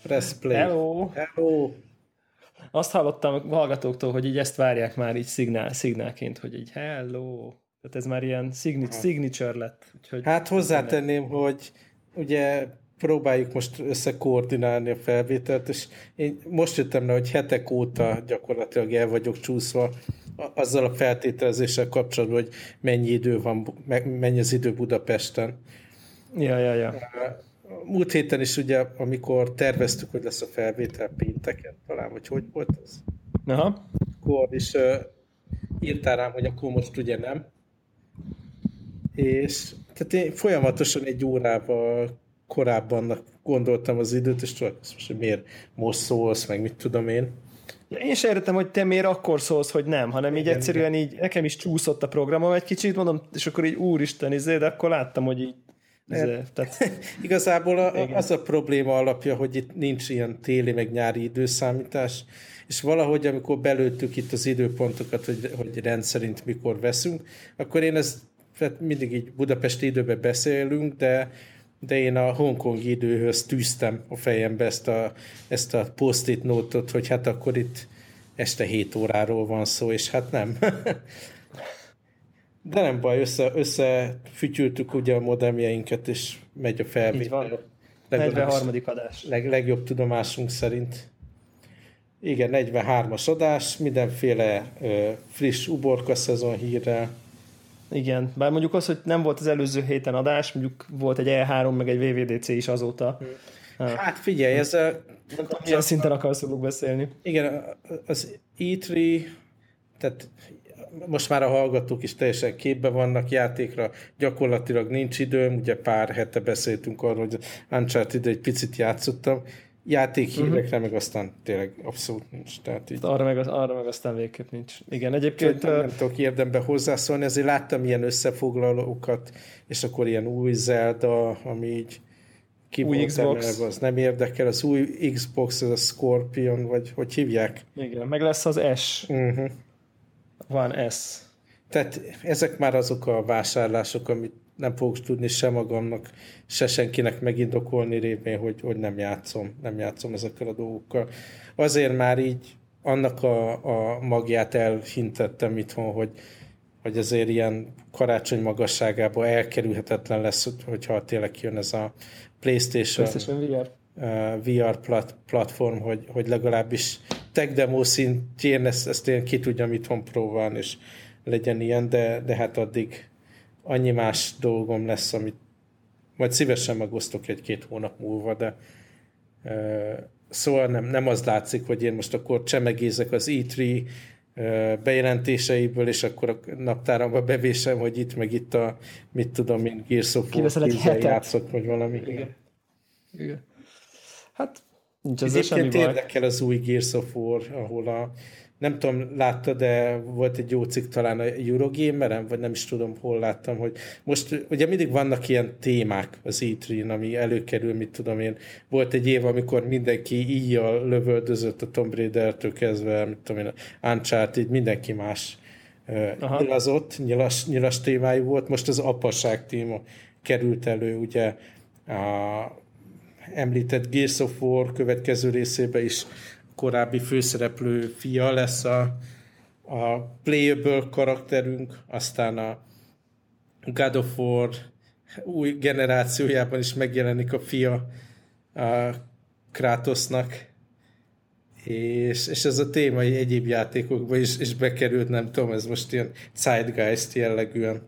Press play. Hello! Hello! Azt hallottam hallgatóktól, hogy így ezt várják már így szignálként, hogy így hello. Tehát ez már ilyen signature lett. Úgyhogy hát hozzátenném, hogy ugye próbáljuk most összekoordinálni a felvételt, és én most jöttem rá, hogy hetek óta gyakorlatilag el vagyok csúszva azzal a feltételezéssel kapcsolatban, hogy mennyi idő van, mennyi az idő Budapesten. Ja. Múlt héten is ugye, amikor terveztük, hogy lesz a felvétel pénteken, talán, vagy hogy volt az? Aha. Akkor is írtál rám, hogy akkor most ugye nem. És tehát én folyamatosan egy órával korábban gondoltam az időt, és tudod, most, hogy miért most szólsz, meg mit tudom én. Én sem értem, hogy te miért akkor szólsz, hogy nem, hanem így egyszerűen így nekem is csúszott a programom egy kicsit, mondom, és akkor így úristen, de akkor láttam, hogy így tehát... Igazából az a probléma alapja, hogy itt nincs ilyen téli meg nyári időszámítás, és valahogy, amikor belőttük itt az időpontokat, hogy rendszerint mikor veszünk, akkor én ezt mindig így budapesti időben beszélünk, de én a hongkongi időhöz tűztem a fejembe ezt a post-it nótot, hogy hát akkor itt este 7 óráról van szó, és hát nem. De nem baj, összefütyültük ugye a modemjeinket, és megy a felvétel. 43. adás. Legjobb tudomásunk szerint. Igen, 43-as adás, mindenféle friss uborka szezon hírrel. Igen, bár mondjuk az, hogy nem volt az előző héten adás, mondjuk volt egy E3, meg egy VVDC is azóta. Hát figyelj, ezzel... Nem tudom, milyen szinten akarsz róluk beszélni. Igen, az E3, tehát most már a hallgatók is teljesen képben vannak játékra, gyakorlatilag nincs időm, ugye pár hete beszéltünk arról, hogy Uncharted egy picit játszottam, játékhírekre meg aztán tényleg abszolút nincs. Tehát így... arra meg aztán végképp nincs. Igen, egyébként... Nem tudok érdemben hozzászólni, azért láttam ilyen összefoglalókat, és akkor ilyen új Zelda, ami így új Xbox. Az nem érdekel, az új Xbox, az a Scorpion, vagy hogy hívják? Igen, meg lesz az S. Van S. Tehát ezek már azok a vásárlások, amit nem fogok tudni se magamnak, se senkinek megindokolni révén, hogy nem játszom ezekkel a dolgokkal. Azért már így annak a magját elhintettem itthon, hogy azért ilyen karácsony magasságában elkerülhetetlen lesz, hogyha tényleg jön ez a PlayStation VR platform, hogy legalábbis tech demo szintjén ezt én ki tudjam itthon próbálni, és legyen ilyen, de hát addig annyi más dolgom lesz, amit majd szívesen megosztok 1-2 hónap múlva, de szóval nem az látszik, hogy én most akkor csemegézek az E3 bejelentéseiből, és akkor a naptáramba bevésem, hogy itt meg itt a, mit tudom én, Gears of War 10-el játszok, vagy valami. Igen. Hát nincs ezzel semmi baj. Érdekel az új Gears of War, ahol nem tudom, láttad, de volt egy jó cikk talán a Eurogamer-en, vagy nem is tudom, hol láttam, hogy most ugye mindig vannak ilyen témák az E3-n, ami előkerül, mit tudom én. Volt egy év, amikor mindenki íjjal lövöldözött a Tomb Raider-től kezdve, mit tudom én, Uncharted, mindenki más nyilazott, nyilas témájú volt. Most az apaság téma került elő, ugye a említett Gears of War következő részében is korábbi főszereplő fia lesz a playable karakterünk, aztán a God of War új generációjában is megjelenik a fia a Kratosnak, és ez a téma egyéb játékokban is bekerült, nem tudom, ez most ilyen zeitgeist jellegűen.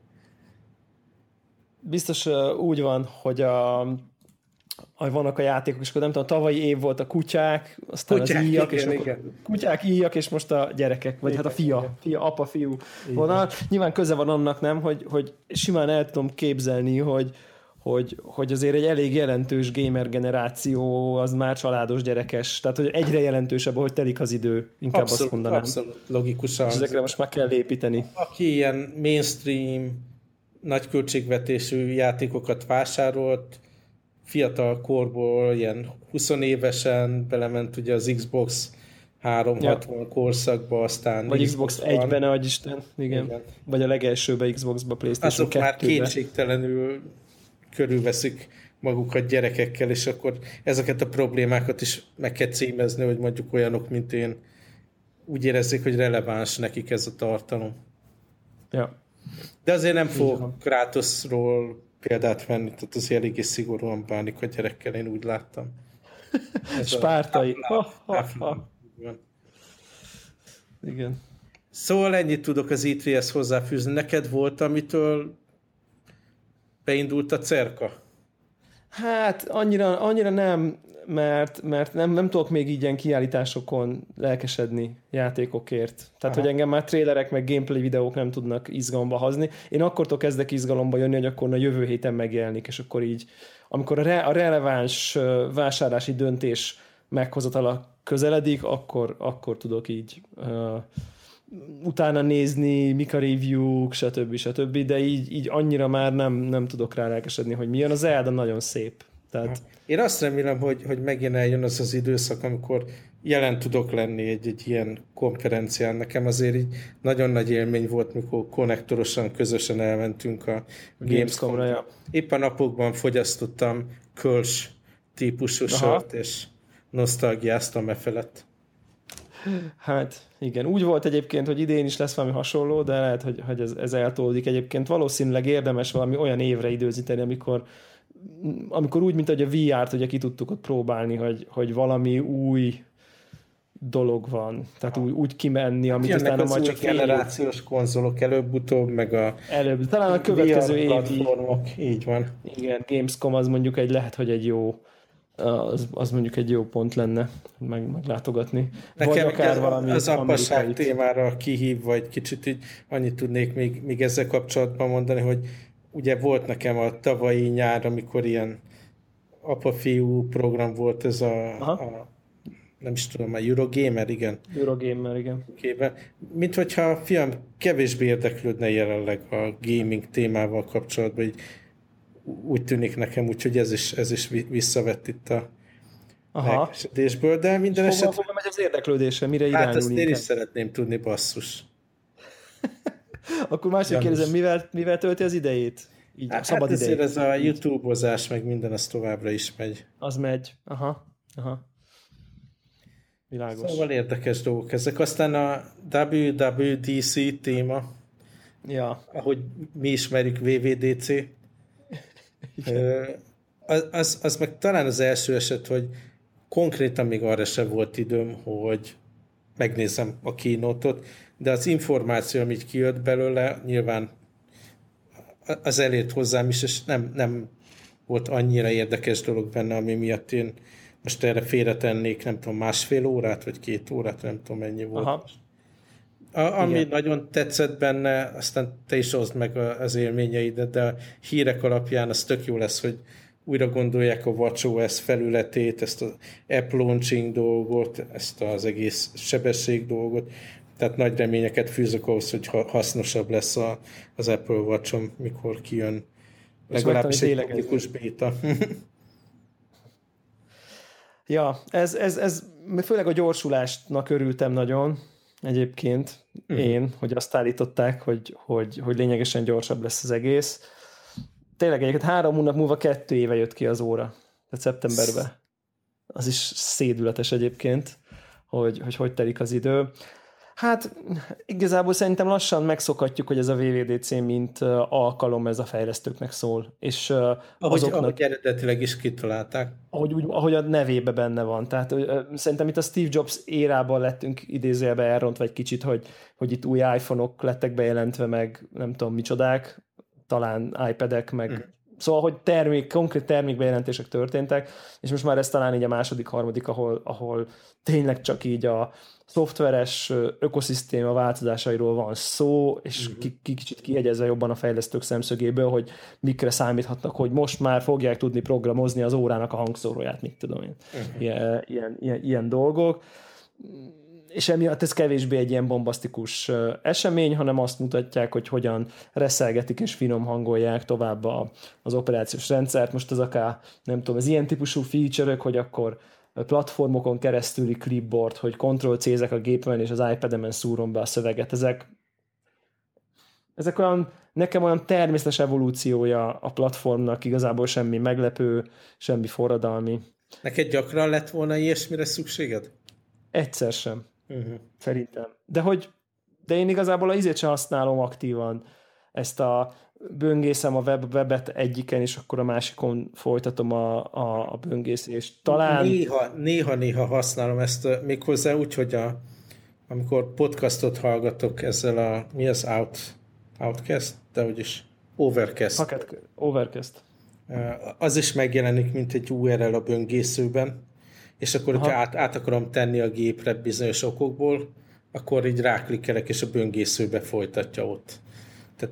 Biztos úgy van, hogy vannak a játékok, és akkor nem tudom, tavalyi év volt a kutyák, aztán az íjak, és kutyák, íjak, és most a gyerekek, vagy igen, hát a fia, apa, fiú vonal. Nyilván köze van annak, nem, hogy simán el tudom képzelni, hogy azért egy elég jelentős gamer generáció az már családos gyerekes, tehát hogy egyre jelentősebb, ahogy telik az idő, inkább abszolút, azt mondanám. Abszolút, logikusan. És ezekre most már kell építeni. Aki ilyen mainstream, nagy költségvetésű játékokat vásárolt, fiatal korból, ilyen 20 évesen belement ugye az Xbox 360 korszakba, aztán vagy Xbox 1-ben, ahogy Isten, igen. Vagy a legelsőben Xboxba, PlayStation 2-be. Azok már kétségtelenül körülveszik magukat gyerekekkel, és akkor ezeket a problémákat is meg kell címezni, hogy mondjuk olyanok, mint én, úgy érezzék, hogy releváns nekik ez a tartalom. Ja. De azért nem fog Kratosról példát venni, tehát azért eléggé szigorúan bánik a gyerekkel, én úgy láttam. Spártai. Igen. Szóval ennyit tudok az E3-hez hozzáfűzni. Neked volt, amitől beindult a cerka? Hát annyira nem, mert nem tudok még így ilyen kiállításokon lelkesedni játékokért. Tehát, hogy engem már trélerek meg gameplay videók nem tudnak izgalomba hazni. Én akkortól kezdek izgalomba jönni, hogy akkor a jövő héten megjelenik, és akkor így, amikor a releváns vásárlási döntés meghozatala közeledik, akkor tudok így utána nézni, mik a review-k, stb. De így annyira már nem tudok rá lelkesedni, hogy milyen. Az Zelda nagyon szép. Tehát... Én azt remélem, hogy megint eljön az időszak, amikor jelen tudok lenni egy ilyen konferencián. Nekem azért így nagyon nagy élmény volt, mikor konnektorosan, közösen elmentünk a Gamescomra. Ja. Épp a napokban fogyasztottam Kölsch típusú sört, és nosztalgiáztam felett. Hát igen, úgy volt egyébként, hogy idén is lesz valami hasonló, de lehet, hogy ez eltolódik egyébként. Valószínűleg érdemes valami olyan évre időzíteni, amikor úgy, mint hogy a VR-t ugye ki tudtuk ott próbálni, hogy valami új dolog van. Tehát úgy kimenni, amit aztán majd csak generációs konzolok előbb-utóbb, meg talán a következő évi platformok, így van. Igen, Gamescom az mondjuk lehet, hogy egy jó az mondjuk egy jó pont lenne meglátogatni. Nekem vagy akár valami az apasság témára kihív, vagy kicsit így annyit tudnék még ezzel kapcsolatban mondani, hogy ugye volt nekem a tavalyi nyár, amikor ilyen apa-fiú program volt, ez a nem is tudom, a Eurogamer, igen. Eurogamer, igen. Mint hogyha a fiam kevésbé érdeklődne jelenleg a gaming témával kapcsolatban, így úgy tűnik nekem, úgyhogy ez is visszavett itt a lelkesedésből, de minden esetben... Hova megy az érdeklődése? Mire irányul inkább? Hát ezt én is szeretném tudni, basszus. Akkor másik kérdezem, mivel tölti az idejét? Így hát szabad idejét. Ez a YouTube-ozás, meg minden, az továbbra is megy. Az megy. Aha. Világos. Szóval érdekes dolgok ezek. Aztán a WWDC téma, ahogy mi ismerjük, WWDC, az meg talán az első eset, hogy konkrétan még arra sem volt időm, hogy megnézem a keynote-ot, de az információ, amit kijött belőle, nyilván az elért hozzám is, és nem volt annyira érdekes dolog benne, ami miatt én most erre félretennék, nem tudom, 1,5 órát, vagy 2 órát, nem tudom, mennyi volt. Ami nagyon tetszett benne, aztán te is hozd meg az élményeidet, de a hírek alapján az tök jó lesz, hogy újra gondolják a WatchOS felületét, ezt az app launching dolgot, ezt az egész sebesség dolgot, tehát nagy reményeket fűzök ahhoz, hogy hasznosabb lesz az Apple Watch-om, mikor kijön legalábbis egy publikus béta. Ja, ez főleg a gyorsulásnak örültem nagyon egyébként én, hogy azt állították, hogy lényegesen gyorsabb lesz az egész. Tényleg egyébként 3 hónap múlva 2 éve jött ki az óra, tehát szeptemberben. Az is szédületes egyébként, hogy telik az idő. Hát igazából szerintem lassan megszokhatjuk, hogy ez a WWDC mint alkalom, ez a fejlesztőknek szól. És ahogy eredetileg is kitalálták. Ahogy a nevébe benne van. Tehát szerintem itt a Steve Jobs érában lettünk idézőjelbe elrontva egy kicsit, hogy itt új iPhone-ok lettek bejelentve, meg nem tudom micsodák, talán iPad-ek, meg szóval, hogy konkrét termékbejelentések történtek, és most már ez talán így a második, harmadik, ahol tényleg csak így a szoftveres ökoszisztéma változásairól van szó, és kicsit kihegyezve jobban a fejlesztők szemszögéből, hogy mikre számíthatnak, hogy most már fogják tudni programozni az órának a hangszóróját, mit tudom én. Ilyen dolgok. És emiatt ez kevésbé egy ilyen bombasztikus esemény, hanem azt mutatják, hogy hogyan reszelgetik és finom hangolják tovább az operációs rendszert. Most az akár, nem tudom, ez ilyen típusú feature-ök, hogy akkor platformokon keresztüli clipboard, hogy Ctrl-C-zek a gépemen és az iPad-emen szúrom be a szöveget. Ezek olyan nekem olyan természetes evolúciója a platformnak, igazából semmi meglepő, semmi forradalmi. Neked gyakran lett volna ilyesmire szükséged? Egyszer sem. Szerintem. De én igazából ízét sem használom aktívan. Ezt a böngészem a webet egyiken, és akkor a másikon folytatom a böngészést. Talán... Néha használom ezt méghozzá úgy, hogy amikor podcastot hallgatok ezzel mi az Outcast? De úgyis Overcast. Overcast. Az is megjelenik, mint egy URL a böngészőben, és akkor, hogyha át akarom tenni a gépre bizonyos okokból, akkor így ráklikkelek, és a böngészőbe folytatja ott. Tehát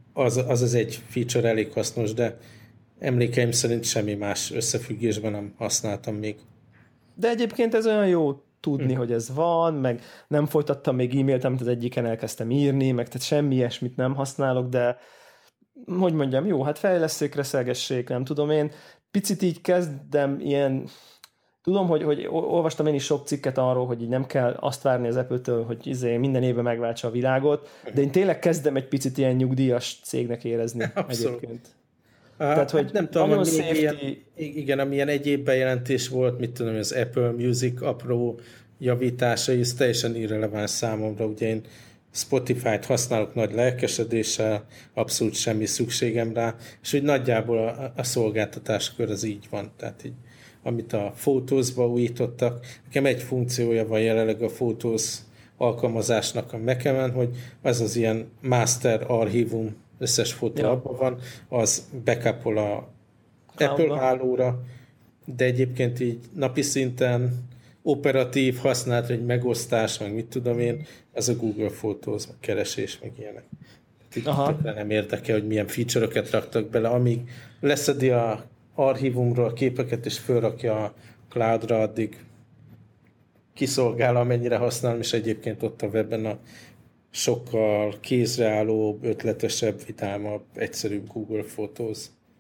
az egy feature elég hasznos, de emlékeim szerint semmi más összefüggésben nem használtam még. De egyébként ez olyan jó tudni, hogy ez van, meg nem folytattam még e-mailt, amit az egyiken elkezdtem írni, meg tehát semmi ilyesmit nem használok, de hogy mondjam, jó, hát fejlesszék, reszelgessék, nem tudom én. Picit így kezdem ilyen, tudom, hogy olvastam én is sok cikket arról, hogy így nem kell azt várni az Apple-től, hogy minden évben megváltsa a világot, de én tényleg kezdem egy picit ilyen nyugdíjas cégnek érezni. Abszolút. Egyébként. Tehát, hogy nem tudom, hogy igen, amilyen egyéb bejelentés volt, mit tudom, az Apple Music apró javításai, ez teljesen irreleváns számomra. Ugye én Spotify-t használok nagy lelkesedéssel, abszolút semmi szükségem rá, és úgy nagyjából a szolgáltatáskör az így van. Tehát így, amit a Photos-ba újítottak, nekem egy funkciója van jelenleg a Photos alkalmazásnak a Mac-en, hogy az ilyen master archívum, összes fotó abban van, az backupol a Apple hálóra, de egyébként így napi szinten operatív használat, egy megosztás, meg mit tudom én, az a Google Photos, meg keresés, meg ilyenek. Tehát nem érdekel, hogy milyen feature-öket raktak bele, amíg leszedi a archívumról a képeket, és fölrakja a cloudra, addig kiszolgál, amennyire használom, és egyébként ott a webben a sokkal kézreállóbb, ötletesebb, vidámabb, egyszerűbb Google Photos.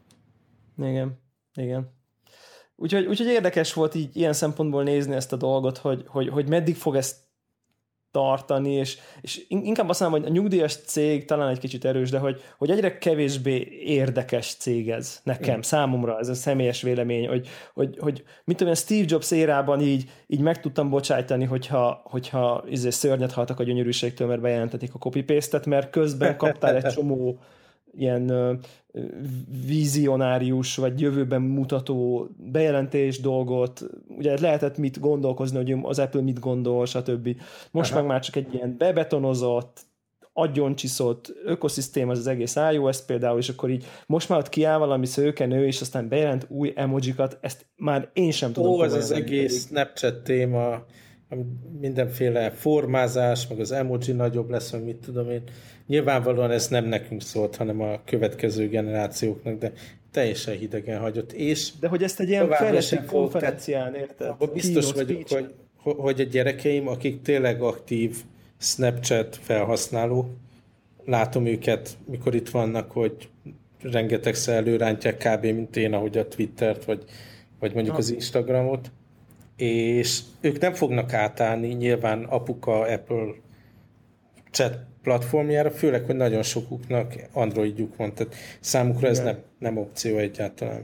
Igen. Úgyhogy érdekes volt így ilyen szempontból nézni ezt a dolgot, hogy meddig fog ezt tartani, és inkább azt mondom, hogy a nyugdíjas cég talán egy kicsit erős, de hogy egyre kevésbé érdekes cég ez nekem, számomra, ez a személyes vélemény, hogy mit tudom, Steve Jobs érában így meg tudtam bocsájtani, hogyha szörnyet haltak a gyönyörűségtől, mert bejelentetik a copy-paste-et, mert közben kaptál egy csomó ilyen vizionárius, vagy jövőben mutató bejelentés dolgot, ugye lehetett mit gondolkozni, hogy az Apple mit gondol, stb. Most meg már csak egy ilyen bebetonozott, agyoncsiszott ökoszisztéma az egész iOS például, és akkor így most már ott kiáll valami szőkenő, és aztán bejelent új emojikat, ezt már én sem tudom. Ez az egész Snapchat téma, mindenféle formázás, meg az emoji nagyobb lesz, meg mit tudom én. Nyilvánvalóan ez nem nekünk szólt, hanem a következő generációknak, de teljesen hidegen hagyott. De hogy ezt egy ilyen fejlesztő konferencián, érted? Biztos vagyok, hogy a gyerekeim, akik tényleg aktív Snapchat felhasználó, látom őket, mikor itt vannak, hogy rengetegszer előrántják kb. Mint én, ahogy a Twittert, vagy mondjuk az Instagramot, és ők nem fognak átállni nyilván apuka Apple chat platformjára, főleg, hogy nagyon sokuknak Androidjuk van, tehát számukra ez nem opció egyáltalán.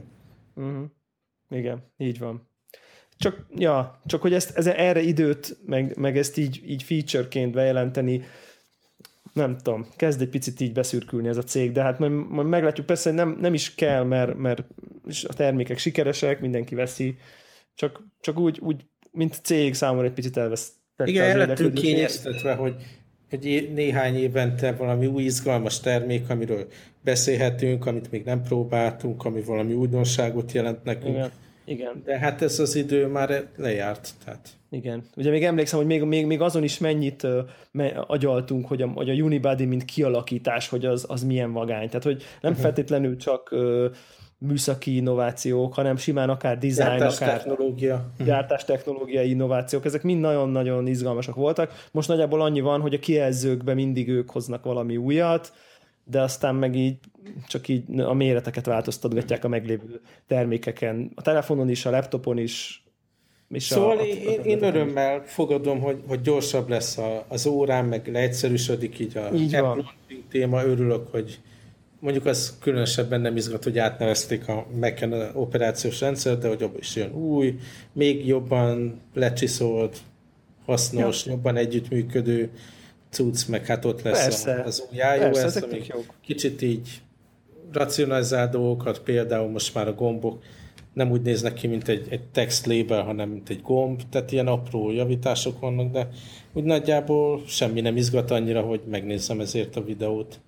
Igen, így van. Csak hogy erre időt, meg ezt így featureként bejelenteni, nem tudom, kezd egy picit így beszürkülni ez a cég, de hát majd meglátjuk, persze, hogy nem is kell, mert a termékek sikeresek, mindenki veszi, csak úgy mint cég számomra egy picit elvesz. Igen, el lettünk kényeztetve, hogy néhány évente valami új izgalmas termék, amiről beszélhetünk, amit még nem próbáltunk, ami valami újdonságot jelent nekünk. Igen. De hát ez az idő már lejárt. Tehát. Igen. Ugye még emlékszem, hogy még azon is mennyit agyaltunk, hogy a Unibody mint kialakítás, hogy az milyen vagány. Tehát, hogy nem feltétlenül csak műszaki innovációk, hanem simán akár design, akár gyártástechnológiai innovációk, ezek mind nagyon-nagyon izgalmasak voltak. Most nagyjából annyi van, hogy a kijelzőkben mindig ők hoznak valami újat, de aztán meg így csak így a méreteket változtatgatják a meglévő termékeken. A telefonon is, a laptopon is. Szóval én örömmel fogadom, hogy gyorsabb lesz az órám, meg leegyszerűsödik így a Apple téma. Örülök, hogy mondjuk az különösebben nem izgat, hogy átnevezték a Mac-en operációs rendszer, de hogy abban is jön új, még jobban lecsiszolt, hasznos, jobban együttműködő cucc, meg hát ott lesz az új iOS, ami kicsit így racionalizál dolgokat, például most már a gombok nem úgy néznek ki, mint egy text label, hanem mint egy gomb, tehát ilyen apró javítások vannak, de úgy nagyjából semmi nem izgat annyira, hogy megnézzem ezért a videót.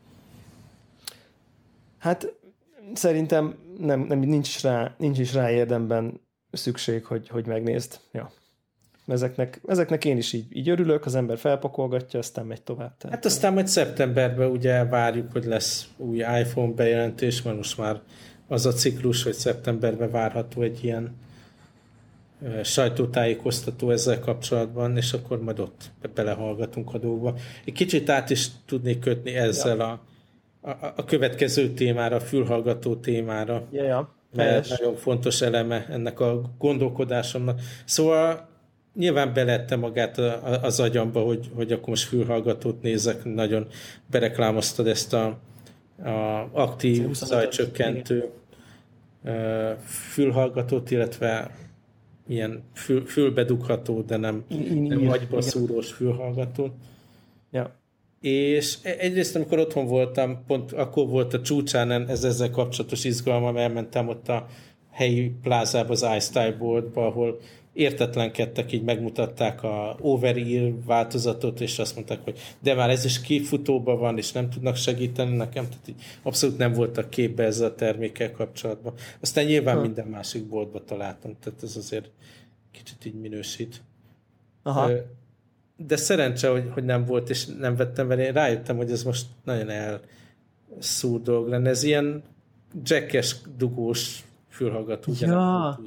Hát szerintem nincs is rá érdemben szükség, hogy megnézd. Ja. Ezeknek én is így örülök, az ember felpakolgatja, aztán megy tovább. Tehát. Hát aztán majd szeptemberben ugye várjuk, hogy lesz új iPhone bejelentés, mert most már az a ciklus, hogy szeptemberben várható egy ilyen sajtótájékoztató ezzel kapcsolatban, és akkor majd ott belehallgatunk a dolgokba. Egy kicsit át is tudnék kötni ezzel a következő témára, a fülhallgató témára. Mert nagyon fontos eleme ennek a gondolkodásomnak. Szóval nyilván belette magát az agyamba, hogy akkor most fülhallgatót nézek, nagyon bereklámoztad ezt a aktív zajcsökkentő fülhallgatót, illetve ilyen fülbedugható, de nem agyba szúrós fülhallgató. Ja. És egyrészt, amikor otthon voltam, pont akkor volt a csúcsán ezzel kapcsolatos izgalmam, elmentem ott a helyi plázába, az iStyle Boardba, ahol értetlenkedtek, így megmutatták a over-ear változatot, és azt mondták, hogy de már ez is kifutóban van, és nem tudnak segíteni nekem, tehát így abszolút nem voltak képbe ezzel a termékkel kapcsolatban. Aztán nyilván minden másik boltba találtam, tehát ez azért kicsit így minősít. Aha. De szerencse, hogy nem volt, és nem vettem vele. Én rájöttem, hogy ez most nagyon elszúr dolog lenne. Ez ilyen jackes dugós fülhallgató. Ja.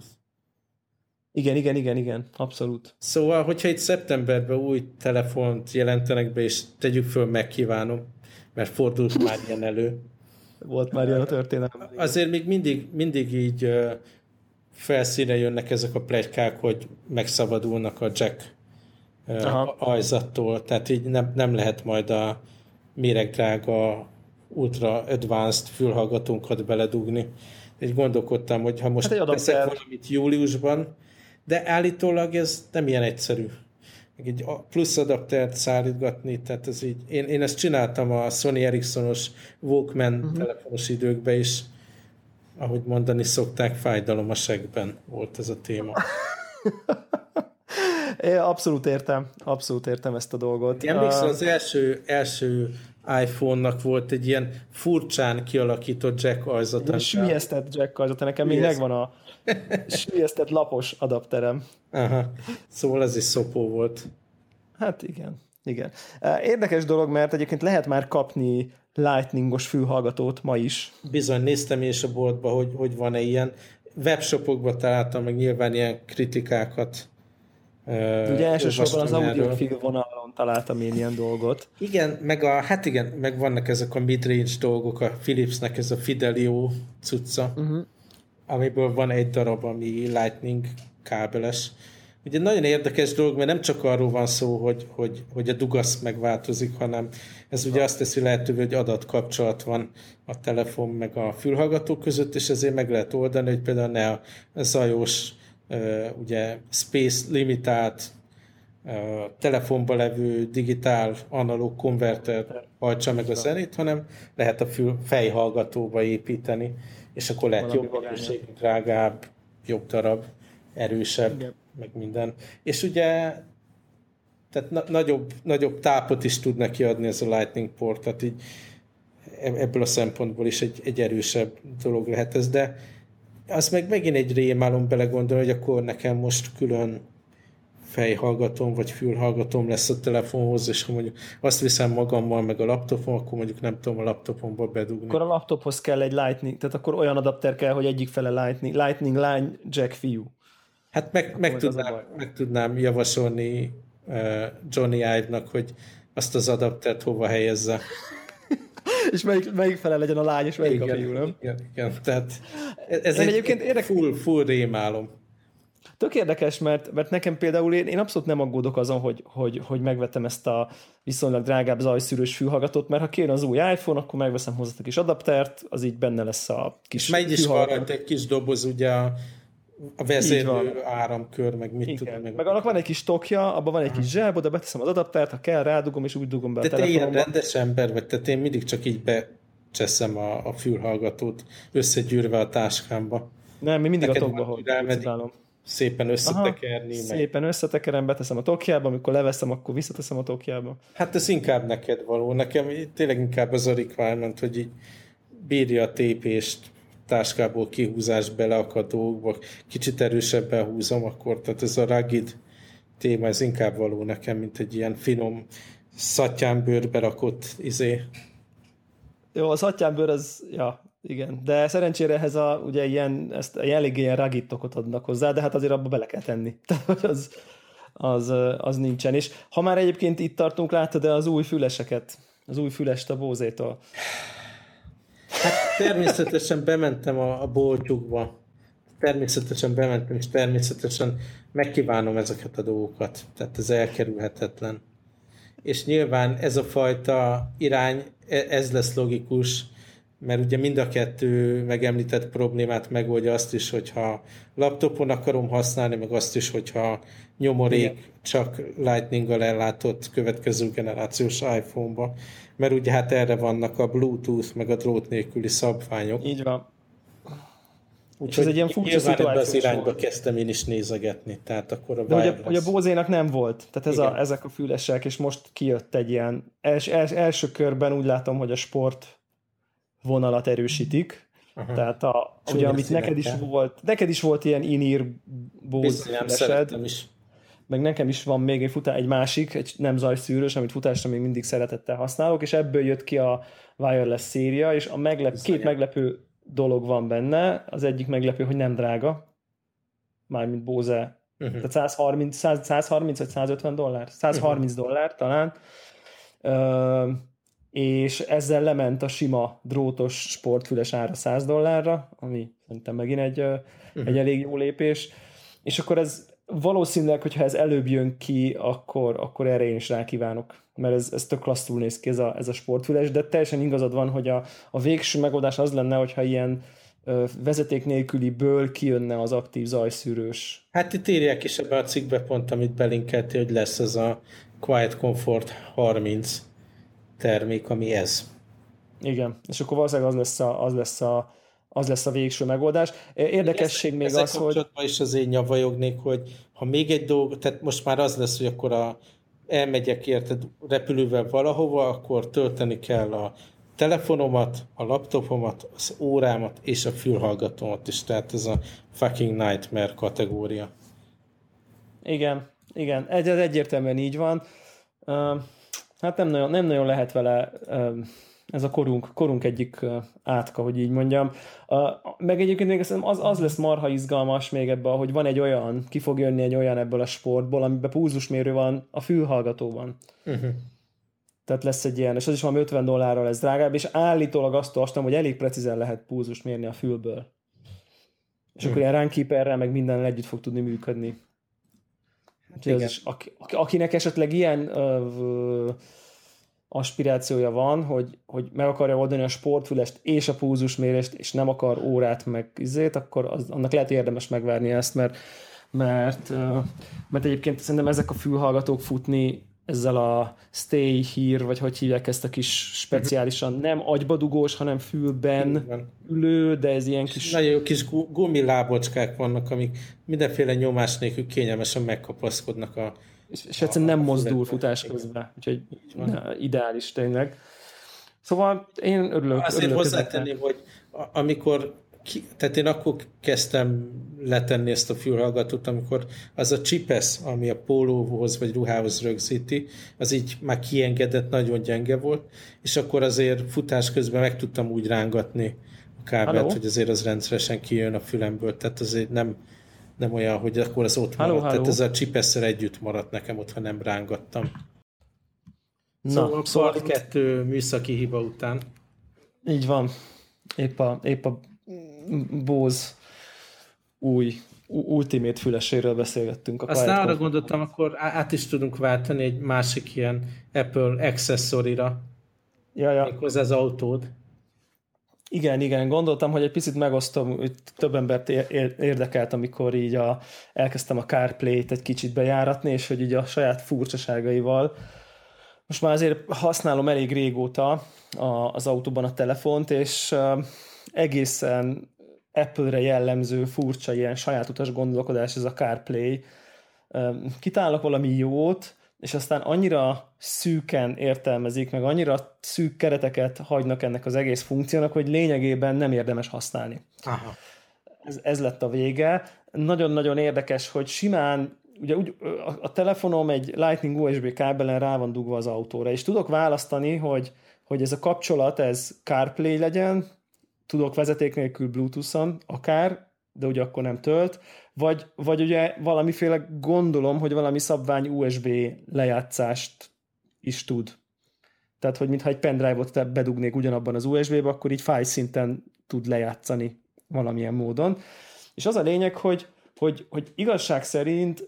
Igen, abszolút. Szóval, hogyha itt szeptemberben új telefont jelentenek be, és tegyük föl, megkívánom, mert fordult már ilyen elő. Volt már ilyen a történet. Azért még mindig így felszínre jönnek ezek a pletykák, hogy megszabadulnak a jack ajzattól, tehát így nem lehet majd a méregdrága ultra advanced fülhallgatónkat beledugni. Így gondolkodtam, hogy ha most teszek valamit júliusban, de állítólag ez nem ilyen egyszerű. Egy plusz adaptert szállítgatni, tehát ez így, én ezt csináltam a Sony Ericssonos Walkman telefonos időkben is, ahogy mondani szokták, fájdalom a seggben volt ez a téma. Én abszolút értem ezt a dolgot. Emlékszem, az első iPhone-nak volt egy ilyen furcsán kialakított jack ajzata. Süllyesztett jack ajzata, nekem még megvan a süllyesztett lapos adapterem. Aha, szóval ez is szopó volt. Hát igen. Érdekes dolog, mert egyébként lehet már kapni lightningos fülhallgatót ma is. Bizony, néztem én is a boltba, hogy van-e ilyen. Webshopokban találtam meg nyilván ilyen kritikákat. Ugye elsősorban az audiofil vonalon találtam én ilyen dolgot. Igen, meg vannak ezek a midrange dolgok, a Philipsnek ez a Fidelio cucca, amiből van egy darab, ami lightning kábeles. Ugye nagyon érdekes dolog, mert nem csak arról van szó, hogy a dugasz megváltozik, hanem ez ugye azt teszi lehetővé, hogy adatkapcsolat van a telefon meg a fülhallgató között, és ezért meg lehet oldani, hogy például ne a zajos, ugye space limitált telefonban levő digitál analóg konverter hajtsa meg a zenét, hanem lehet a fejhallgatóba építeni, és akkor lehet jobb minőségű, drágább, jobb darab, erősebb, igen, meg minden. És ugye tehát nagyobb tápot is tud neki adni ez a Lightning port, tehát így ebből a szempontból is egy erősebb dolog lehet ez, de az meg megint egy rémálom belegondolni, hogy akkor nekem most külön fejhallgatóm vagy fülhallgatóm lesz a telefonhoz, és ha mondjuk azt viszem magammal meg a laptopon, akkor mondjuk nem tudom a laptopomba bedugni. Akkor a laptophoz kell egy Lightning, tehát akkor olyan adapter kell, hogy egyik fele Lightning line jack fiú. Hát meg tudnám javasolni Johnny Ive-nak, hogy azt az adaptert hova helyezze. És melyik fele legyen a lány, és melyik a fiú, nem? Igen. Tehát ez egyébként full rémálom. tök érdekes, mert nekem például én abszolút nem aggódok azon, hogy megvettem ezt a viszonylag drágább zajszűrős fülhallgatót, mert ha kijön az új iPhone, akkor megveszem hozzá a kis adaptert, az így benne lesz a kis fülhallgató. És megy is van egy kis doboz, ugye a vezérlő áramkör, meg mit tudom. Meg annak van egy kis tokja, abban van egy kis zseb, oda beteszem az adaptert, ha kell, rádugom, és úgy dugom be a telefonomba. De te ilyen rendes ember vagy, tehát én mindig csak így becseszem a fülhallgatót, összegyűrve a táskámba. Nem, mi mindig neked a tokba csinálom. Szépen összetekerni. Szépen összetekerem, beteszem a tokjába, amikor leveszem, akkor visszateszem a tokjába. Hát ez inkább neked való. Nekem tényleg inkább az a requirement, hogy így bírja a tépést, táskából kihúzás beleakad dolgokba, kicsit erősebben húzom, akkor tehát ez a rugged téma, ez inkább való nekem, mint egy ilyen finom szattyánbőrbe rakott Jó, a szattyánbőr az, ja, igen, de szerencsére ehhez ugye ezt elég ilyen rugged tokot adnak hozzá, de hát azért abba bele kell tenni. Tehát az nincsen. És ha már egyébként itt tartunk, láttad-e az új füleseket? Az új fülest a Bose-tól? Hát természetesen bementem a boltjukba. Természetesen bementem, és természetesen megkívánom ezeket a dolgokat. Tehát ez elkerülhetetlen. És nyilván ez a fajta irány, ez lesz logikus, mert ugye mind a kettő megemlített problémát megoldja, azt is, hogyha laptopon akarom használni, meg azt is, hogyha nyomorék csak Lightning-gal ellátott következő generációs iPhone-ba, mert ugye hát erre vannak a Bluetooth, meg a drót nélküli szabványok. Így van. Úgyhogy ez egy ilyen furcsa szituáció. Az irányba kezdtem én is nézegetni. Tehát akkor a de hogy a Bose-nak nem volt. Tehát ezek a fülesek, és most kijött egy ilyen első körben úgy látom, hogy a sport vonalat erősítik. Aha. Tehát ugye, amit neked is volt ilyen in-ear Bose fülesed. Meg nekem is van még egy másik, egy nem zajszűrős, amit futásra még mindig szeretettel használok, és ebből jött ki a wireless széria, és két meglepő dolog van benne. Az egyik meglepő, hogy nem drága, mármint Bose. Tehát 130 vagy 150 dollár? 130 dollár talán. És ezzel lement a sima drótos sportfüles ára 100 dollárra, ami szerintem megint egy elég jó lépés. És akkor ez valószínűleg, hogyha ez előbb jön ki, akkor erre én is rákívánok, mert ez tök klasszul néz ki ez a sportfüles, de teljesen igazad van, hogy a végső megoldás az lenne, hogyha ilyen vezeték nélküliből kijönne az aktív zajszűrős. Hát itt írják is ebbe a cikkbe pont, amit belinkelti, hogy lesz ez a Quiet Comfort 30 termék, ami ez. Igen, és akkor valószínűleg az lesz a végső megoldás. Érdekesség még az, hogy... is azért nyavajognék, hogy ha még egy dolog, tehát most már az lesz, hogy akkor elmegyek érted repülővel valahova, akkor tölteni kell a telefonomat, a laptopomat, az órámat és a fülhallgatómat is. Tehát ez a fucking nightmare kategória. Igen. Ez egyértelműen így van. Hát nem nagyon lehet vele... Ez a korunk egyik átka, hogy így mondjam. Meg egyébként még az lesz marha izgalmas még ebben, hogy van ki fog jönni egy olyan ebből a sportból, amiben pulzusmérő van a fülhallgatóban. Tehát lesz egy ilyen, és az is valami 50 dollárral lesz drágább, és állítólag azt olvastam, hogy elég precízen lehet pulzust mérni a fülből. És akkor ilyen runkeeperrel meg mindennel együtt fog tudni működni. Hát akinek esetleg ilyen aspirációja van, hogy meg akarja oldani a sportfülest és a pulzusmérést, és nem akar órát meg akkor annak lehet érdemes megvárni ezt, mert egyébként szerintem ezek a fülhallgatók futni ezzel a Stay Here, vagy hogy hívják ezt a kis speciálisan nem agybadugós, hanem fülben ülő, de ez ilyen kis... Nagyon jó kis gumilábocskák vannak, amik mindenféle nyomás nélkül kényelmesen megkapaszkodnak és egyszerűen nem mozdul futás közben, úgyhogy ideális tényleg. Szóval én örülök. Azért hozzátenném, hogy amikor tehát én akkor kezdtem letenni ezt a fülhallgatót, amikor az a csipesz, ami a pólóhoz vagy ruhához rögzíti, az így már kiengedett, nagyon gyenge volt, és akkor azért futás közben meg tudtam úgy rángatni a kábelt, hogy azért az rendszeresen kijön a fülemből, tehát azért nem olyan, hogy akkor az ott maradt. Tehát ez a csipesszel együtt maradt nekem ott, ha nem rángattam. Szóval 2 műszaki hiba után. Így van. Épp a Bose Ultimate füleséről beszélgettünk. Aztán arra gondoltam, akkor át is tudunk váltani egy másik ilyen Apple accessorira. Ja. Méghozzá az autód. Igen, gondoltam, hogy egy picit megosztom, hogy több embert érdekelt, amikor így elkezdtem a CarPlay-t egy kicsit bejáratni, és hogy így a saját furcsaságaival. Most már azért használom elég régóta az autóban a telefont, és egészen Apple-re jellemző, furcsa, ilyen sajátutas gondolkodás ez a CarPlay. Kitálnak valami jót, és aztán annyira szűken értelmezik, meg annyira szűk kereteket hagynak ennek az egész funkciónak, hogy lényegében nem érdemes használni. Aha. Ez lett a vége. Nagyon-nagyon érdekes, hogy simán, ugye a telefonom egy Lightning USB kábelen rá van dugva az autóra, és tudok választani, hogy ez a kapcsolat, ez CarPlay legyen, tudok vezeték nélkül Bluetooth-on akár, de ugye akkor nem tölt, vagy ugye valamiféle, gondolom, hogy valami szabvány USB lejátszást is tud. Tehát, hogy mintha egy pendrive-ot bedugnék ugyanabban az USB-be, akkor így file szinten tud lejátszani valamilyen módon. És az a lényeg, hogy igazság szerint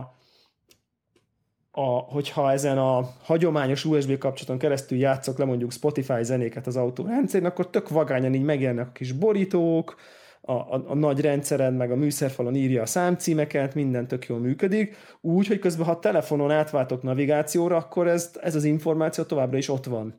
hogyha ezen a hagyományos USB kapcsolaton keresztül játszok le mondjuk Spotify zenéket az autó rendszerén, akkor tök vagányan így megjelennek a kis borítók, a nagy rendszeren, meg a műszerfalon írja a számcímeket, minden tök jól működik, úgy, hogy közben, ha a telefonon átváltok navigációra, akkor ez az információ továbbra is ott van.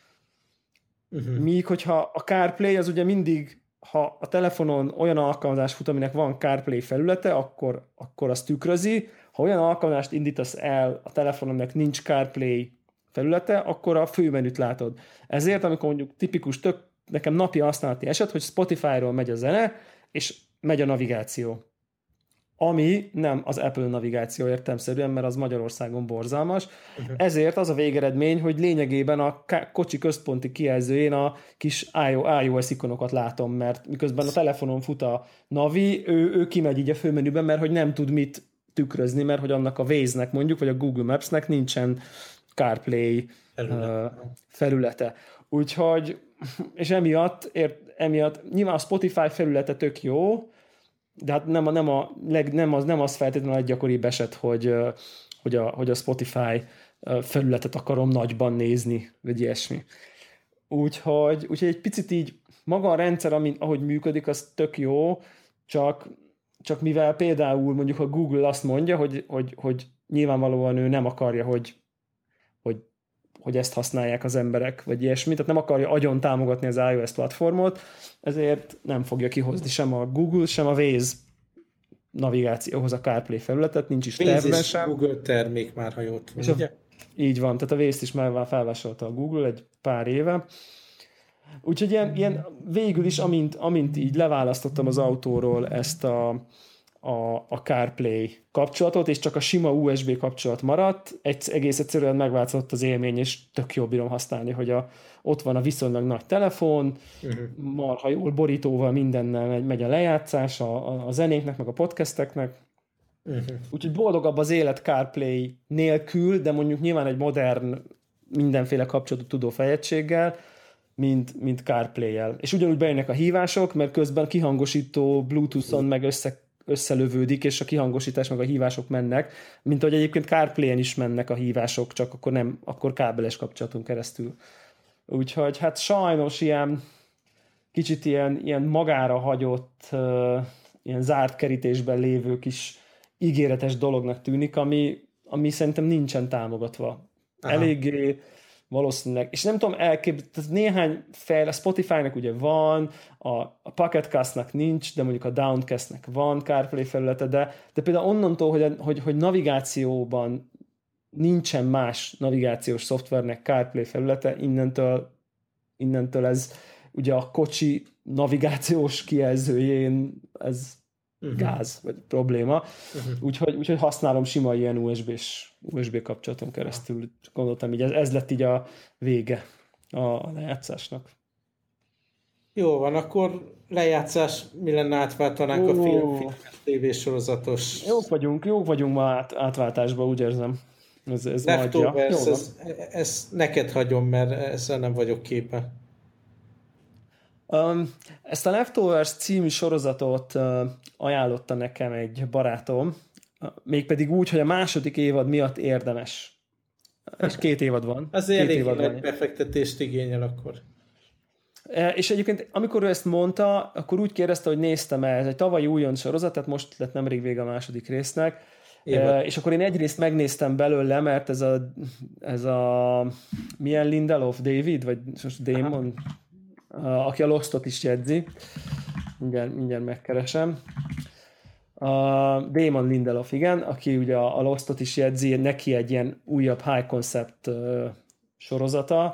Míg, hogyha a CarPlay az ugye mindig, ha a telefonon olyan alkalmazás fut, aminek van CarPlay felülete, akkor azt tükrözi, ha olyan alkalmazást indítasz el a telefonomnak nincs CarPlay felülete, akkor a főmenüt látod. Ezért, amikor mondjuk tipikus nekem napi használati eset, hogy Spotify-ról megy a zene, és megy a navigáció. Ami nem az Apple navigáció értelemszerűen, mert az Magyarországon borzalmas. Ezért az a végeredmény, hogy lényegében a kocsi központi kijelzőjén a kis iOS ikonokat látom, mert miközben a telefonon fut a navi, ő kimegy így a főmenüben, mert hogy nem tud mit tükrözni, mert hogy annak a Waze-nek mondjuk, vagy a Google Maps-nek nincsen CarPlay felülete. Úgyhogy, és emiatt nyilván a Spotify felülete tök jó, de hát nem az feltétlenül egy gyakoribb eset, hogy a Spotify felületet akarom nagyban nézni, vagy ilyesmi. Úgyhogy egy picit így maga a rendszer, ahogy működik, az tök jó, csak mivel például mondjuk a Google azt mondja, hogy nyilvánvalóan ő nem akarja, hogy ezt használják az emberek, vagy ilyesmi, tehát nem akarja agyon támogatni az iOS platformot, ezért nem fogja kihozni sem a Google, sem a Waze navigációhoz a CarPlay felületet, nincs is tervben sem. Google termék már, ha jól tudom, ugye? Így van, tehát a Waze-t is már felvásárolta a Google egy pár éve. Úgyhogy ilyen végül is, amint így leválasztottam az autóról ezt a CarPlay kapcsolatot, és csak a sima USB kapcsolat maradt, egész egyszerűen megváltozott az élmény, és tök jól bírom használni, hogy ott van a viszonylag nagy telefon, marha jól borítóval mindennel megy a lejátszás, a zenéknek, meg a podcasteknek. Úgyhogy boldogabb az élet CarPlay nélkül, de mondjuk nyilván egy modern, mindenféle kapcsolatot tudó fejegységgel, mint CarPlay-jel. És ugyanúgy bejönnek a hívások, mert közben kihangosító Bluetooth-on meg összelövődik, és a kihangosítás meg a hívások mennek, mint ahogy egyébként CarPlay-en is mennek a hívások, csak akkor kábeles kapcsolaton keresztül. Úgyhogy hát sajnos kicsit ilyen magára hagyott, ilyen zárt kerítésben lévő kis ígéretes dolognak tűnik, ami szerintem nincsen támogatva. Aha. Eléggé valószínűleg, és nem tudom elképzelni, néhány a Spotify-nak ugye van, a Pocket Cast-nak nincs, de mondjuk a Downcast-nek van CarPlay felülete, de például onnantól, hogy navigációban nincsen más navigációs szoftvernek CarPlay felülete, innentől ez ugye a kocsi navigációs kijelzőjén ez gáz, vagy probléma. Úgyhogy használom sima ilyen USB kapcsolaton keresztül. Gondoltam, így ez lett így a vége a lejátszásnak. Jó van, akkor lejátszás, mi lenne átváltanánk a film tévésorozatos. Jók vagyunk ma átváltásban, úgy érzem. Ez Leftovers, ezt neked hagyom, mert ezzel nem vagyok képen. Ezt a Leftovers című sorozatot ajánlotta nekem egy barátom, mégpedig úgy, hogy a második évad miatt érdemes. És 2 évad van. Azért elég nagy befektetést igényel akkor. És egyébként, amikor ő ezt mondta, akkor úgy kérdezte, hogy néztem el, ez egy tavalyi újonc sorozat, tehát most lett nemrég vége a második résznek, és akkor én egyrészt megnéztem belőle, mert ez a milyen Lindelof, David, vagy most Damon, aki a Lostot is jegyzi, mindjárt megkeresem. Damon Lindelof, igen, aki ugye a Lostot is jegyzi, neki egy ilyen újabb high concept sorozata.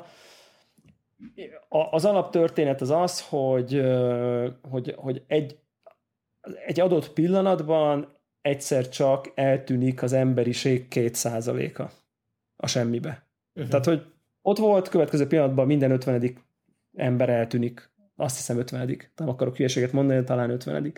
Az alaptörténet az, hogy egy adott pillanatban egyszer csak eltűnik az emberiség 2%-a a semmibe. Tehát, hogy ott volt, következő pillanatban minden 50. ember eltűnik. Azt hiszem 50. Nem akarok hülyeséget mondani, talán 50.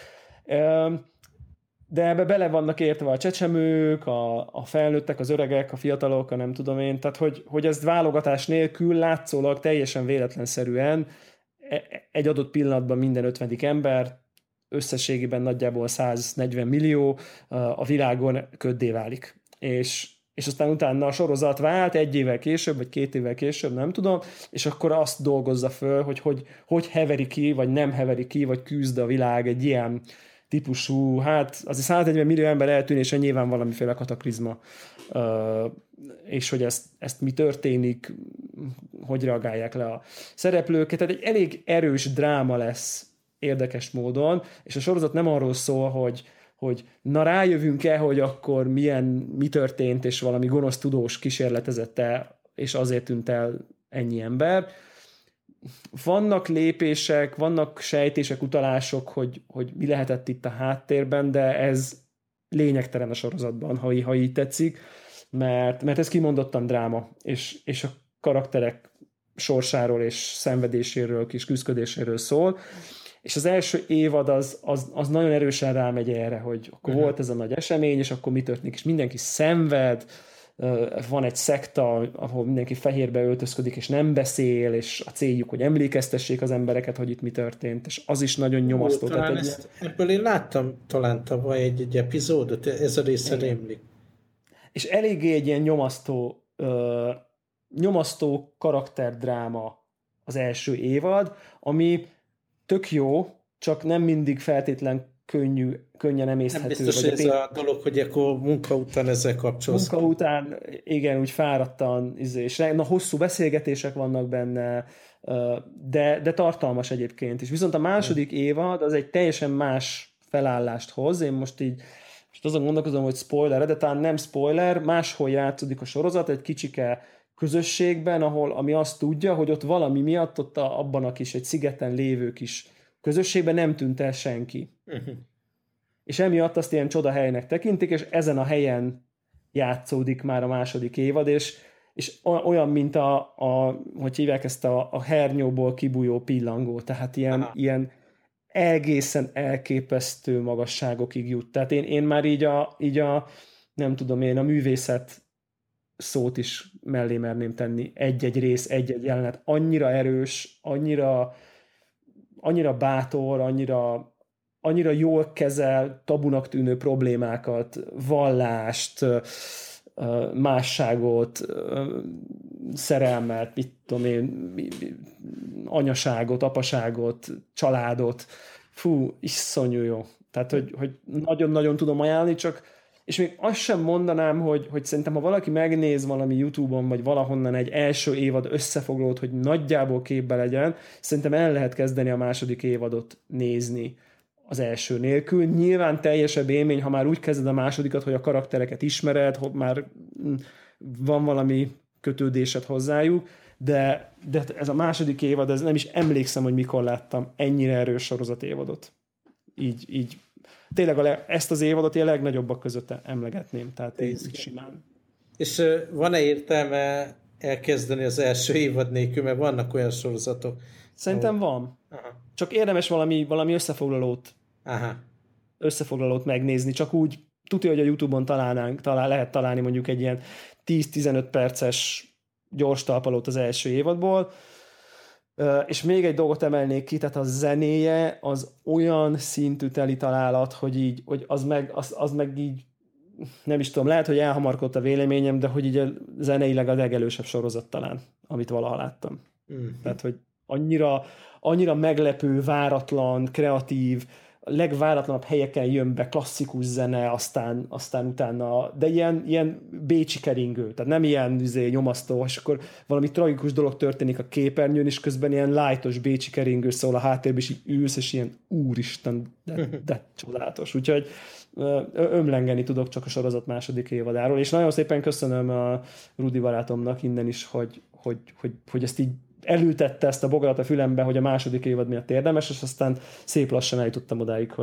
De ebbe bele vannak értve a csecsemők, a felnőttek, az öregek, a fiatalok, a nem tudom én, tehát hogy ez válogatás nélkül látszólag teljesen véletlenszerűen egy adott pillanatban minden 50. ember, összességében nagyjából 140 millió a világon köddé válik. És aztán utána a sorozat vált 1 évvel később, vagy 2 évvel később, nem tudom, és akkor azt dolgozza föl, hogy heveri ki, vagy nem heveri ki, vagy küzd a világ egy ilyen típusú, hát azért 140 millió ember eltűnése nyilván valamiféle kataklizma, és hogy ezt mi történik, hogy reagálják le a szereplőket, tehát egy elég erős dráma lesz érdekes módon, és a sorozat nem arról szól, hogy na rájövünk-e, hogy akkor mi történt, és valami gonosz tudós kísérletezett el, és azért tűnt el ennyi ember. Vannak lépések, vannak sejtések, utalások, hogy mi lehetett itt a háttérben, de ez lényegtelen a sorozatban, ha így tetszik, mert ez kimondottan dráma, és a karakterek sorsáról és szenvedéséről, kis küzdködéséről szól, és az első évad az nagyon erősen rámegy erre, hogy akkor volt ez a nagy esemény, és akkor mi történik, és mindenki szenved, van egy szekta, ahol mindenki fehérbe öltözködik, és nem beszél, és a céljuk, hogy emlékeztessék az embereket, hogy itt mi történt, és az is nagyon nyomasztó. Ebből én láttam talán tavaly egy epizódot, ez a része rémlik. És eléggé egy ilyen nyomasztó karakterdráma az első évad, ami tök jó, csak nem mindig feltétlen könnyen emészthető. Nem biztos, hogy ez a dolog, hogy akkor munka után ezzel kapcsolsz. Munka után, igen, úgy fáradtan, és hosszú beszélgetések vannak benne, de tartalmas egyébként is. Viszont a második évad az egy teljesen más felállást hoz. Én most azon gondolkozom, hogy spoiler, de talán nem spoiler, máshol játszódik a sorozat, egy kicsike közösségben, ami azt tudja, hogy ott valami miatt ott abban a kis egy szigeten lévő kis közösségben nem tűnt el senki. És emiatt azt ilyen csodahelynek tekintik, és ezen a helyen játszódik már a második évad, és olyan, mint hogy hívják ezt a hernyóból kibújó pillangó, tehát ilyen egészen elképesztő magasságokig jut. Tehát én már így a nem tudom én, a művészet szót is mellé merném tenni. Egy-egy rész, egy-egy jelenet. Annyira erős, annyira bátor, annyira jól kezel tabunak tűnő problémákat, vallást, másságot, szerelmet, mit tudom én, anyaságot, apaságot, családot. Fú, iszonyú jó. Tehát, hogy nagyon-nagyon tudom ajánlani, és még azt sem mondanám, hogy szerintem, ha valaki megnéz valami YouTube-on, vagy valahonnan egy első évad összefoglalót, hogy nagyjából képbe legyen, szerintem el lehet kezdeni a második évadot nézni az első nélkül. Nyilván teljesebb élmény, ha már úgy kezded a másodikat, hogy a karaktereket ismered, hogy már van valami kötődésed hozzájuk, de ez a második évad, ez nem is emlékszem, hogy mikor láttam ennyire erős sorozat évadot. Így tényleg ezt az évadot én a legnagyobbak között emlegetném, tehát így simán. És van-e értelme elkezdeni az első évad nélkül, mert vannak olyan sorozatok? Szerintem van. Aha. Csak érdemes valami összefoglalót megnézni, csak úgy tudja, hogy a YouTube-on lehet találni mondjuk egy ilyen 10-15 perces gyors talpalót az első évadból, És még egy dolgot emelnék ki, tehát a zenéje az olyan szintű teli találat, hogy az meg így nem is tudom, lehet, hogy elhamarkodott a véleményem, de hogy így a zeneileg a legelősebb sorozat talán, amit valaha láttam. Tehát, hogy annyira meglepő, váratlan, kreatív, a legváratlanabb helyeken jön be klasszikus zene, aztán utána, de ilyen bécsi keringő, tehát nem ilyen nyomasztó, és akkor valami tragikus dolog történik a képernyőn, és közben ilyen lightos bécsi keringő szól a háttérben, és így ülsz, és ilyen úristen, de csodálatos. Úgyhogy ömlengeni tudok csak a sorozat második évadáról, és nagyon szépen köszönöm a Rudi barátomnak innen is, hogy ezt így elültette ezt a bogarat a fülembe, hogy a második évad miatt érdemes, és aztán szép lassan eljutottam odáig,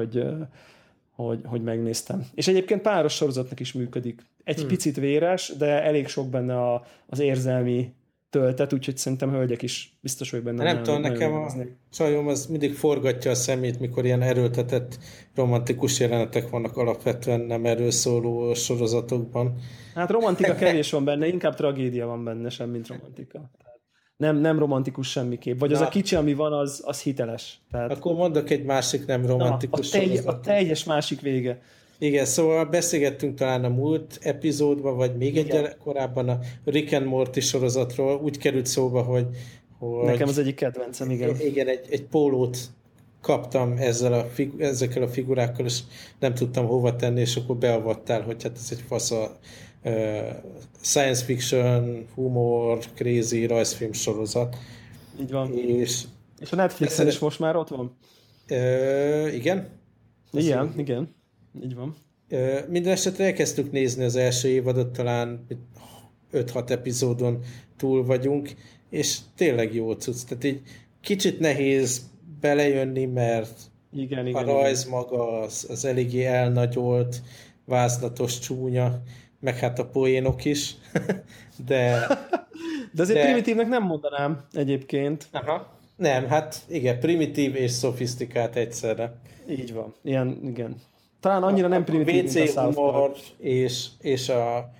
hogy megnéztem. És egyébként páros sorozatnak is működik. Egy picit véres, de elég sok benne az érzelmi töltet, úgyhogy szerintem hölgyek is biztos, hogy benne. Nem tudom, nekem a csajom az mindig forgatja a szemét, mikor ilyen erőltetett romantikus jelenetek vannak alapvetően nem erről szóló sorozatokban. Hát romantika kevés van benne, inkább tragédia van benne, sem mint romantika. Nem romantikus semmiképp. Vagy az a kicsi, ami van, az hiteles. Tehát... Akkor mondok egy másik nem romantikus a teljes másik vége. Igen, szóval beszélgettünk talán a múlt epizódban, vagy még egy korábban a Rick and Morty sorozatról. Úgy került szóba, hogy nekem az egyik kedvencem, igen. Igen, egy pólót kaptam ezekkel a figurákkal, és nem tudtam hova tenni, és akkor beavattál, hogy hát ez egy fasz a science fiction, humor, crazy rajzfilm sorozat. Így van. És a Netflixen is most már ott van? Igen. Igen. Így van. Minden esetre elkezdtük nézni az első évadot, talán 5-6 epizódon túl vagyunk, és tényleg jó cucc. Tehát így kicsit nehéz belejönni, mert igen, a rajz maga az eléggé elnagyolt, vázlatos, csúnya, meg hát a poénok is, de azért primitívnek nem mondanám egyébként. Aha. Nem, hát igen, primitív és szofisztikált egyszerre. Így van, igen. Talán annyira nem primitív, mint a South Park. És a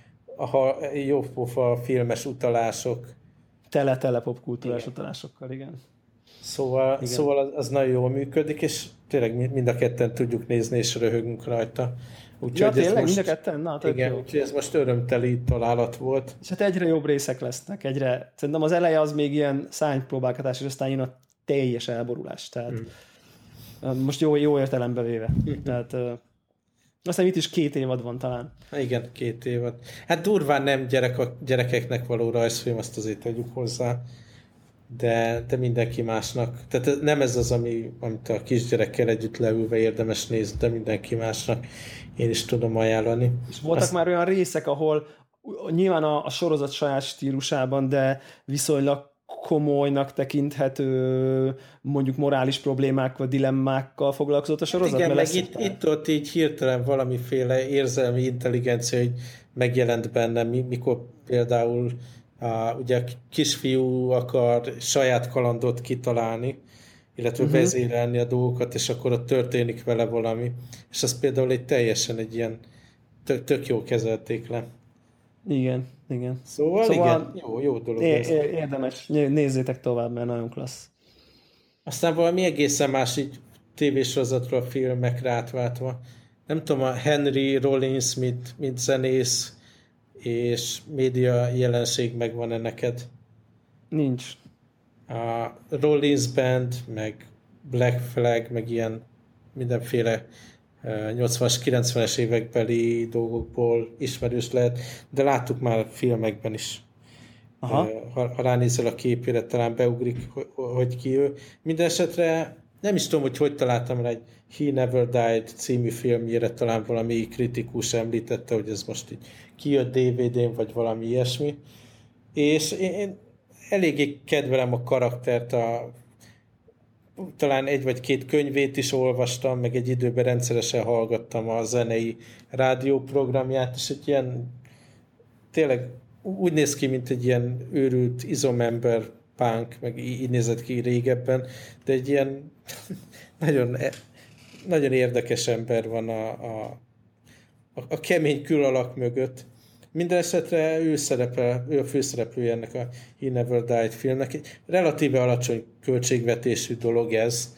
jópofa filmes utalások. Tele popkultúrás utalásokkal, igen. Szóval az nagyon jól működik, és tényleg mind a ketten tudjuk nézni, és röhögünk rajta. Úgyhogy tényleg, mind a ketten? Na, igen, úgyhogy ez most örömteli találat volt. És hát egyre jobb részek lesznek, szerintem az eleje az még ilyen szánypróbálgatás, és aztán jön a teljes elborulás, tehát most jó értelembe véve. Tehát aztán itt is 2 évad van talán. Igen, 2 évad. Hát durván nem gyerekeknek való rajzfilm, azt azért tegyük hozzá, de mindenki másnak. Tehát nem ez az, amit a kisgyerekkel együtt leülve érdemes nézni, de mindenki másnak én is tudom ajánlani. És voltak már olyan részek, ahol nyilván a sorozat saját stílusában, de viszonylag komolynak tekinthető mondjuk morális problémákkal, dilemmákkal foglalkozott a sorozat? Igen, meg itt-ott így hirtelen valamiféle érzelmi intelligencia megjelent bennem, mikor például ugye a kisfiú akar saját kalandot kitalálni, illetve vezérelni a dolgokat, és akkor ott történik vele valami. És az például teljesen egy ilyen tök jó kezelték le. Igen. Szóval igen, jó dolog. Érdemes, nézzétek tovább, mert nagyon klassz. Aztán valami egészen más így tévésorozatról a filmekre átváltva. Nem tudom, a Henry Rollins, mint zenész és média jelenség megvan-e neked? Nincs. A Rollins Band, meg Black Flag, meg ilyen mindenféle 80-as, 90-es évekbeli dolgokból ismerős lehet, de láttuk már filmekben is. Aha. Ha ránézel a képére, talán beugrik, hogy ki ő. Mindenesetre nem is tudom, hogy találtam rá egy He Never Died című filmjére, talán valami kritikus említette, hogy ez most így kijött DVD-n, vagy valami ilyesmi. És én eléggé kedvelem a karaktert, talán 1 vagy 2 könyvét is olvastam, meg egy időben rendszeresen hallgattam a zenei rádióprogramját, és egy ilyen tényleg úgy néz ki, mint egy ilyen őrült izomember punk, meg így nézett ki régebben, de egy ilyen nagyon érdekes ember van a kemény külalak mögött, Minden esetre ő a főszereplője ennek a He Never Died filmnek. Egy relatíve alacsony költségvetésű dolog ez.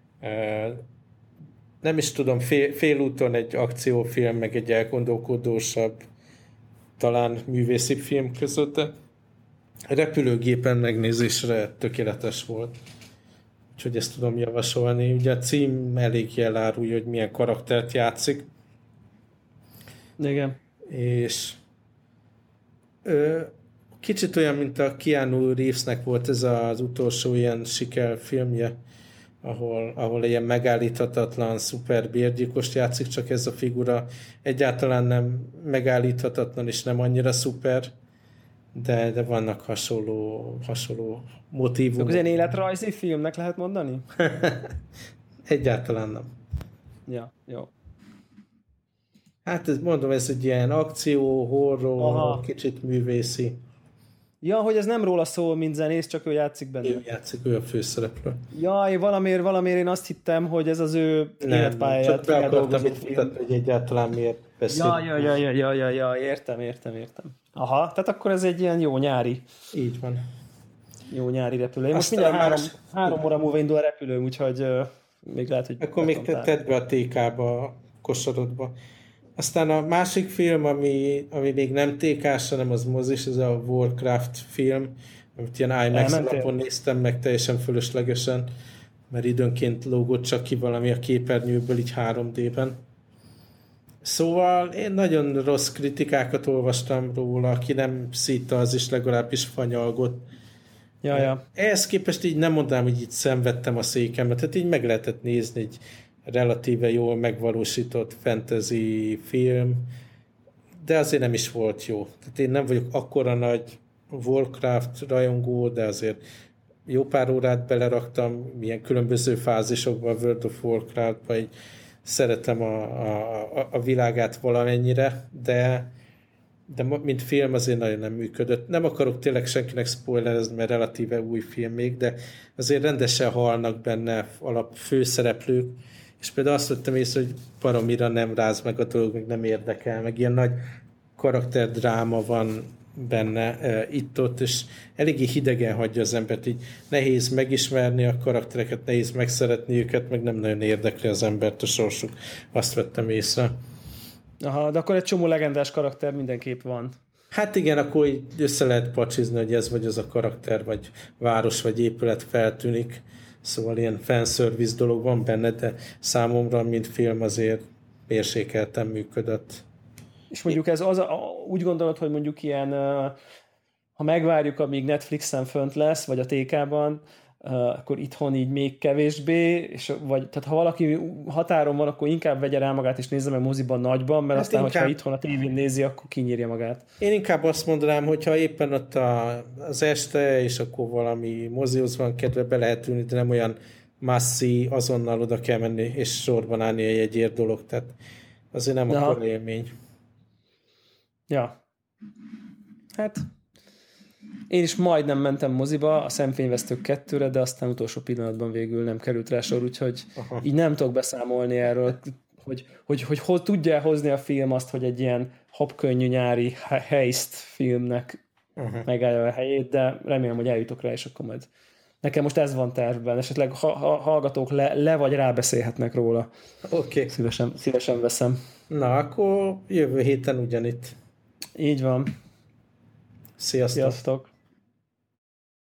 Nem is tudom, félúton egy akciófilm, meg egy elgondolkodósabb, talán művészi film között, de repülőgépen megnézésre tökéletes volt. Úgyhogy ezt tudom javasolni. Ugye a cím elég elárulja, hogy milyen karaktert játszik. Igen. És kicsit olyan, mint a Keanu Reevesnek volt ez az utolsó ilyen sikerfilmje, ahol ilyen megállíthatatlan szuper bérgyilkost játszik, csak ez a figura egyáltalán nem megállíthatatlan és nem annyira szuper, de vannak hasonló motívumok. Ez ilyen életrajzi filmnek lehet mondani? Egyáltalán nem. Ja, jó. Hát mondom, ez egy ilyen akció, horror, kicsit művészi. Ja, hogy ez nem róla szól, mint zenész, csak ő játszik benne. Ő játszik, ő a főszereplő. Ja, valamiért én azt hittem, hogy ez az ő életpályáját. Csak be akartam mutatni, hogy egyáltalán miért beszél. Ja, értem. Aha, tehát akkor ez egy ilyen jó nyári. Így van. Jó nyári repülő. Most mindjárt 3 óra múlva indul a repülőm, úgyhogy még lehet, hogy... Akkor még tedd be a TK-ba, a kosarodba. Aztán a másik film, ami még nem TK-s, hanem az mozis, ez a Warcraft film, amit ilyen IMAX alapon néztem meg teljesen fölöslegesen, mert időnként lógott csak ki valami a képernyőből így 3D-ben. Szóval én nagyon rossz kritikákat olvastam róla, aki nem szítta, az is legalábbis fanyalgott. Ja. Ehhez képest így nem mondanám, hogy így szenvedtem a székemet, tehát így meg lehetett nézni egy relatíve jól megvalósított fantasy film, de azért nem is volt jó. Tehát én nem vagyok akkora nagy Warcraft rajongó, de azért jó pár órát beleraktam milyen különböző fázisokban a World of Warcraft-ba, így szeretem a világát valamennyire, de mint film azért nagyon nem működött. Nem akarok tényleg senkinek spoilerezni, mert relatíve új film még, de azért rendesen halnak benne főszereplők, és például azt vettem észre, hogy baromira nem ráz meg a dolog, meg nem érdekel, meg ilyen nagy karakterdráma van benne itt-ott, és eléggé hidegen hagyja az embert, így nehéz megismerni a karaktereket, nehéz megszeretni őket, meg nem nagyon érdekli az embert a sorsuk. Azt vettem észre. Aha, de akkor egy csomó legendás karakter mindenképp van. Hát igen, akkor így össze lehet pacsizni, hogy ez vagy az a karakter, vagy város, vagy épület feltűnik. Szóval ilyen fanservice dolog van benne, de számomra, mint film azért mérsékelten működött. És mondjuk ez úgy gondolod, hogy mondjuk ilyen, ha megvárjuk, amíg Netflixen fönt lesz, vagy a TK-ban, akkor itthon így még kevésbé, tehát ha valaki határon van, akkor inkább vegye rá magát és nézze meg moziban nagyban, mert hát aztán, inkább, hogyha itthon a tévén nézi, akkor kinyírja magát. Én inkább azt mondanám, hogyha éppen ott az este, és akkor valami mozihoz van kedve, be lehet ülni, de nem olyan masszi, azonnal oda kell menni, és sorban állni a jegyért dolog, tehát azért nem akkora élmény. Ja. Hát én is majdnem mentem moziba a Szemfényvesztők 2-re, de aztán utolsó pillanatban végül nem került rá sor, úgyhogy így nem tudok beszámolni erről, hogy tudja hozni a film azt, hogy egy ilyen habkönnyű nyári heist filmnek megállja a helyét, de remélem, hogy eljutok rá, és akkor majd nekem most ez van tervben, esetleg hallgatók le vagy rábeszélhetnek róla. Oké. Szívesen veszem. Na, akkor jövő héten ugyanitt. Így van. Sziasztok!